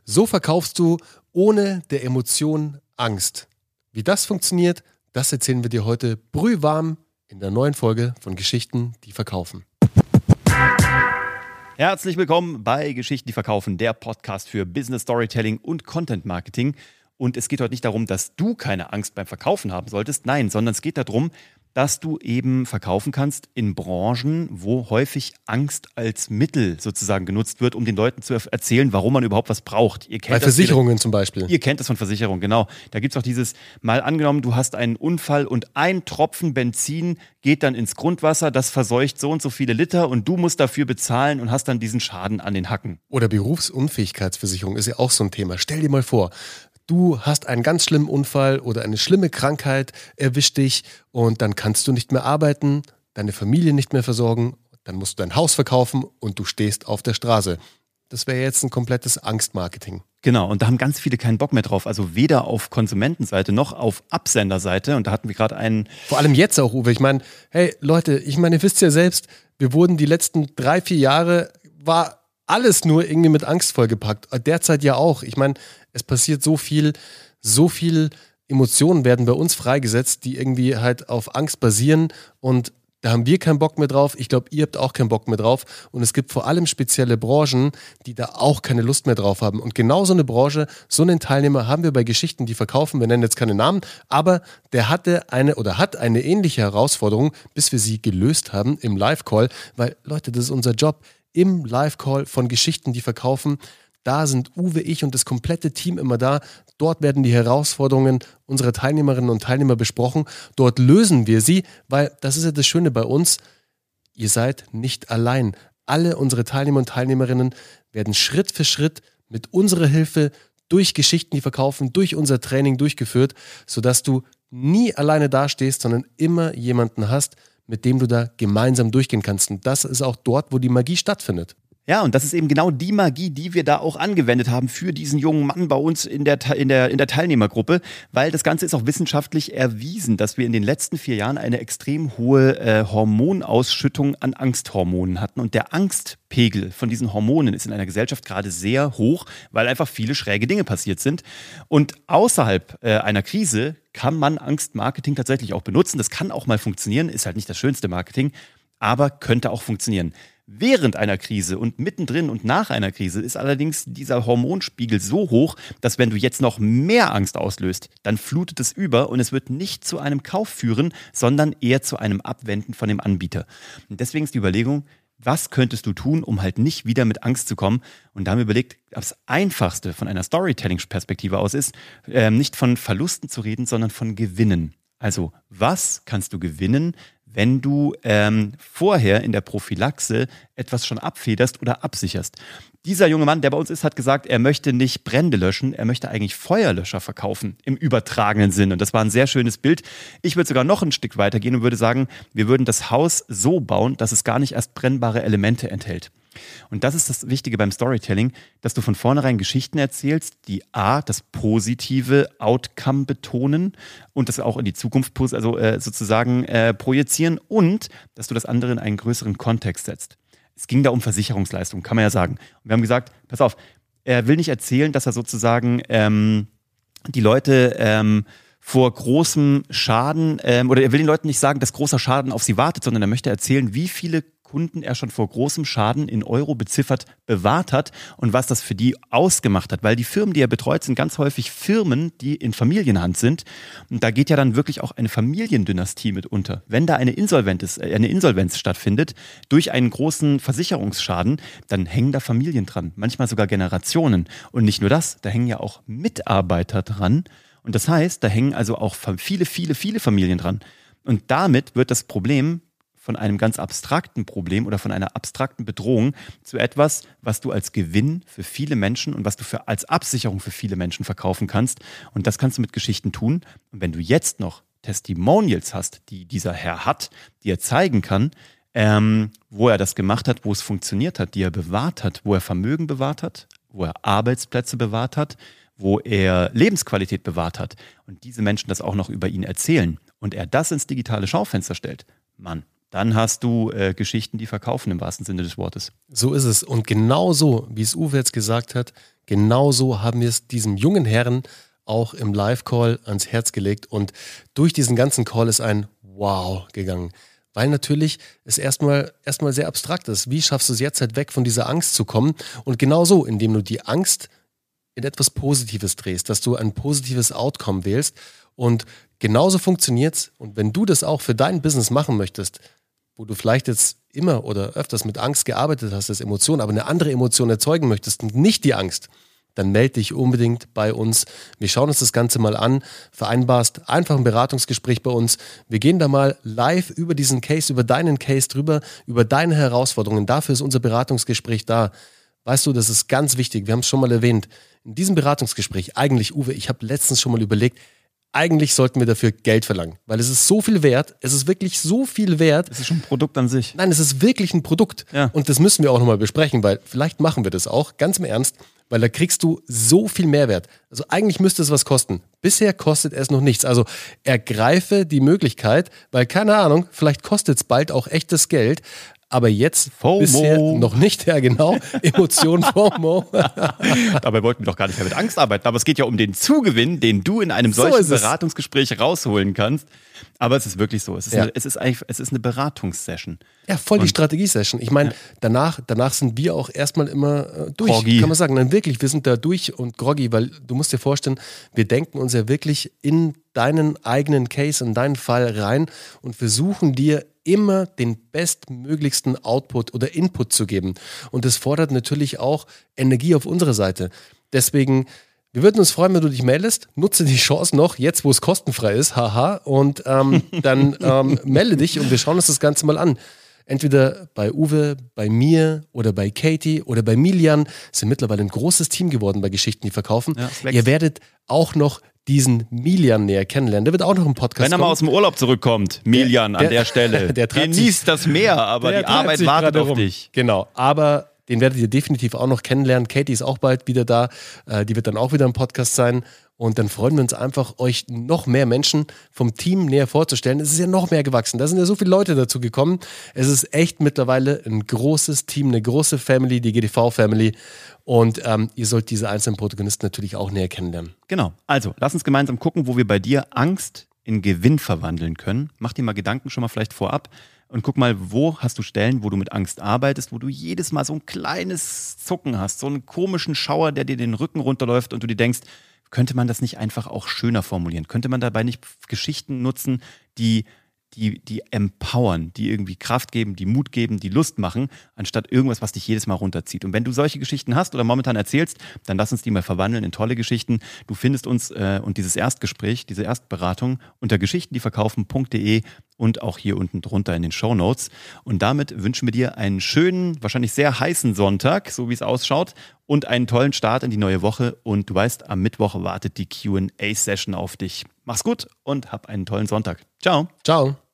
So verkaufst du ohne der Emotion Angst. Wie das funktioniert, das erzählen wir dir heute brühwarm in der neuen Folge von Geschichten, die verkaufen. Herzlich willkommen bei Geschichten, die verkaufen, der Podcast für Business Storytelling und Content Marketing. Und es geht heute nicht darum, dass du keine Angst beim Verkaufen haben solltest, nein, sondern es geht darum, dass du eben verkaufen kannst in Branchen, wo häufig Angst als Mittel sozusagen genutzt wird, um den Leuten zu erzählen, warum man überhaupt was braucht. Bei Versicherungen zum Beispiel. Ihr kennt das von Versicherungen, genau. Da gibt es auch dieses, mal angenommen, du hast einen Unfall und ein Tropfen Benzin geht dann ins Grundwasser, das verseucht so und so viele Liter und du musst dafür bezahlen und hast dann diesen Schaden an den Hacken. Oder Berufsunfähigkeitsversicherung ist ja auch so ein Thema. Stell dir mal vor, du hast einen ganz schlimmen Unfall oder eine schlimme Krankheit erwischt dich und dann kannst du nicht mehr arbeiten, deine Familie nicht mehr versorgen, dann musst du dein Haus verkaufen und du stehst auf der Straße. Das wäre jetzt ein komplettes Angstmarketing. Genau, und da haben ganz viele keinen Bock mehr drauf. Also weder auf Konsumentenseite noch auf Absenderseite. Und da hatten wir gerade einen... Vor allem jetzt auch, Uwe. Ich meine, hey Leute, ihr wisst ja selbst, wir wurden die letzten 3-4 Jahre, war alles nur irgendwie mit Angst vollgepackt. Derzeit ja auch. Ich meine, es passiert so viel Emotionen werden bei uns freigesetzt, die irgendwie halt auf Angst basieren und da haben wir keinen Bock mehr drauf. Ich glaube, ihr habt auch keinen Bock mehr drauf. Und es gibt vor allem spezielle Branchen, die da auch keine Lust mehr drauf haben. Und genau so eine Branche, so einen Teilnehmer haben wir bei Geschichten, die verkaufen. Wir nennen jetzt keine Namen, aber der hat eine ähnliche Herausforderung, bis wir sie gelöst haben im Live-Call. Weil, Leute, das ist unser Job. Im Live-Call von Geschichten, die verkaufen, da sind Uwe, ich und das komplette Team immer da. Dort werden die Herausforderungen unserer Teilnehmerinnen und Teilnehmer besprochen. Dort lösen wir sie, weil das ist ja das Schöne bei uns. Ihr seid nicht allein. Alle unsere Teilnehmer und Teilnehmerinnen werden Schritt für Schritt mit unserer Hilfe durch Geschichten, die verkaufen, durch unser Training durchgeführt, sodass du nie alleine dastehst, sondern immer jemanden hast, mit dem du da gemeinsam durchgehen kannst. Und das ist auch dort, wo die Magie stattfindet. Ja, und das ist eben genau die Magie, die wir da auch angewendet haben für diesen jungen Mann bei uns in der Teilnehmergruppe, weil das Ganze ist auch wissenschaftlich erwiesen, dass wir in den letzten 4 Jahren eine extrem hohe Hormonausschüttung an Angsthormonen hatten. Und der Angstpegel von diesen Hormonen ist in einer Gesellschaft gerade sehr hoch, weil einfach viele schräge Dinge passiert sind. Und außerhalb einer Krise kann man Angstmarketing tatsächlich auch benutzen. Das kann auch mal funktionieren, ist halt nicht das schönste Marketing, aber könnte auch funktionieren. Während einer Krise und mittendrin und nach einer Krise ist allerdings dieser Hormonspiegel so hoch, dass wenn du jetzt noch mehr Angst auslöst, dann flutet es über und es wird nicht zu einem Kauf führen, sondern eher zu einem Abwenden von dem Anbieter. Und deswegen ist die Überlegung, was könntest du tun, um halt nicht wieder mit Angst zu kommen? Und da haben wir überlegt, das Einfachste von einer Storytelling-Perspektive aus ist, nicht von Verlusten zu reden, sondern von Gewinnen. Also, was kannst du gewinnen, wenn du vorher in der Prophylaxe etwas schon abfederst oder absicherst? Dieser junge Mann, der bei uns ist, hat gesagt, er möchte nicht Brände löschen, er möchte eigentlich Feuerlöscher verkaufen, im übertragenen Sinn. Und das war ein sehr schönes Bild. Ich würde sogar noch ein Stück weitergehen und würde sagen, wir würden das Haus so bauen, dass es gar nicht erst brennbare Elemente enthält. Und das ist das Wichtige beim Storytelling, dass du von vornherein Geschichten erzählst, die das positive Outcome betonen und das auch in die Zukunft projizieren und dass du das andere in einen größeren Kontext setzt. Es ging da um Versicherungsleistungen, kann man ja sagen. Und wir haben gesagt, pass auf, er will nicht erzählen, dass er sozusagen die Leute vor großem Schaden, oder er will den Leuten nicht sagen, dass großer Schaden auf sie wartet, sondern er möchte erzählen, wie viele Kunden er schon vor großem Schaden in Euro beziffert bewahrt hat und was das für die ausgemacht hat. Weil die Firmen, die er betreut, sind ganz häufig Firmen, die in Familienhand sind. Und da geht ja dann wirklich auch eine Familiendynastie mit unter. Wenn da eine Insolvenz stattfindet durch einen großen Versicherungsschaden, dann hängen da Familien dran, manchmal sogar Generationen. Und nicht nur das, da hängen ja auch Mitarbeiter dran. Und das heißt, da hängen also auch viele Familien dran. Und damit wird das Problem von einem ganz abstrakten Problem oder von einer abstrakten Bedrohung zu etwas, was du als Gewinn für viele Menschen und was du als Absicherung für viele Menschen verkaufen kannst. Und das kannst du mit Geschichten tun. Und wenn du jetzt noch Testimonials hast, die dieser Herr hat, die er zeigen kann, wo er das gemacht hat, wo es funktioniert hat, die er bewahrt hat, wo er Vermögen bewahrt hat, wo er Arbeitsplätze bewahrt hat, wo er Lebensqualität bewahrt hat und diese Menschen das auch noch über ihn erzählen und er das ins digitale Schaufenster stellt, Mann, dann hast du Geschichten, die verkaufen im wahrsten Sinne des Wortes. So ist es. Und genau so, wie es Uwe jetzt gesagt hat, genauso haben wir es diesem jungen Herrn auch im Live-Call ans Herz gelegt und durch diesen ganzen Call ist ein Wow gegangen. Weil natürlich es erstmal sehr abstrakt ist. Wie schaffst du es jetzt halt weg von dieser Angst zu kommen? Und genauso, indem du die Angst in etwas Positives drehst, dass du ein positives Outcome wählst. Und genauso funktioniert's. Und wenn du das auch für dein Business machen möchtest, wo du vielleicht jetzt immer oder öfters mit Angst gearbeitet hast, als Emotion, aber eine andere Emotion erzeugen möchtest und nicht die Angst, dann melde dich unbedingt bei uns. Wir schauen uns das Ganze mal an, vereinbarst einfach ein Beratungsgespräch bei uns. Wir gehen da mal live über diesen Case, über deinen Case drüber, über deine Herausforderungen. Dafür ist unser Beratungsgespräch da. Weißt du, das ist ganz wichtig. Wir haben es schon mal erwähnt. In diesem Beratungsgespräch, eigentlich, Uwe, ich habe letztens schon mal überlegt, eigentlich sollten wir dafür Geld verlangen, weil es ist so viel wert, es ist wirklich so viel wert. Es ist schon ein Produkt an sich. Nein, es ist wirklich ein Produkt. Ja. Und das müssen wir auch nochmal besprechen, weil vielleicht machen wir das auch, ganz im Ernst, weil da kriegst du so viel Mehrwert. Also eigentlich müsste es was kosten. Bisher kostet es noch nichts. Also ergreife die Möglichkeit, weil keine Ahnung, vielleicht kostet es bald auch echtes Geld. Aber jetzt FOMO. Bisher noch nicht, ja genau, Emotion FOMO. Dabei wollten wir doch gar nicht mehr mit Angst arbeiten, aber es geht ja um den Zugewinn, den du in einem solchen Beratungsgespräch rausholen kannst. Aber es ist wirklich so, es ist eine Beratungssession. Ja, voll die Strategie-Session. Ich meine, danach sind wir auch erstmal immer durch, groggy. Kann man sagen. Nein, wirklich, wir sind da durch und groggy, weil du musst dir vorstellen, wir denken uns ja wirklich in deinen eigenen Case, in deinen Fall rein und versuchen dir immer den bestmöglichsten Output oder Input zu geben. Und das fordert natürlich auch Energie auf unserer Seite. Deswegen, wir würden uns freuen, wenn du dich meldest. Nutze die Chance noch, jetzt wo es kostenfrei ist, haha, und dann melde dich und wir schauen uns das Ganze mal an. Entweder bei Uwe, bei mir oder bei Katie oder bei Milian sind mittlerweile ein großes Team geworden bei Geschichten, die verkaufen. Ja, ihr werdet auch noch diesen Milian näher kennenlernen. Der wird auch noch im Podcast Wenn er mal aus dem Urlaub zurückkommt, Milian an der Stelle. Der genießt das Meer, aber die Arbeit wartet auf dich. Genau, aber den werdet ihr definitiv auch noch kennenlernen. Katie ist auch bald wieder da. Die wird dann auch wieder im Podcast sein. Und dann freuen wir uns einfach, euch noch mehr Menschen vom Team näher vorzustellen. Es ist ja noch mehr gewachsen. Da sind ja so viele Leute dazu gekommen. Es ist echt mittlerweile ein großes Team, eine große Family, die GDV-Family. Und ihr sollt diese einzelnen Protagonisten natürlich auch näher kennenlernen. Genau. Also, lass uns gemeinsam gucken, wo wir bei dir Angst in Gewinn verwandeln können. Mach dir mal Gedanken schon mal vielleicht vorab. Und guck mal, wo hast du Stellen, wo du mit Angst arbeitest, wo du jedes Mal so ein kleines Zucken hast, so einen komischen Schauer, der dir den Rücken runterläuft und du dir denkst, könnte man das nicht einfach auch schöner formulieren? Könnte man dabei nicht Geschichten nutzen, die empowern, die irgendwie Kraft geben, die Mut geben, die Lust machen, anstatt irgendwas, was dich jedes Mal runterzieht. Und wenn du solche Geschichten hast oder momentan erzählst, dann lass uns die mal verwandeln in tolle Geschichten. Du findest uns und dieses Erstgespräch, diese Erstberatung unter geschichtendieverkaufen.de und auch hier unten drunter in den Shownotes. Und damit wünschen wir dir einen schönen, wahrscheinlich sehr heißen Sonntag, so wie es ausschaut, und einen tollen Start in die neue Woche. Und du weißt, am Mittwoch wartet die Q&A-Session auf dich. Mach's gut und hab einen tollen Sonntag. Ciao. Ciao.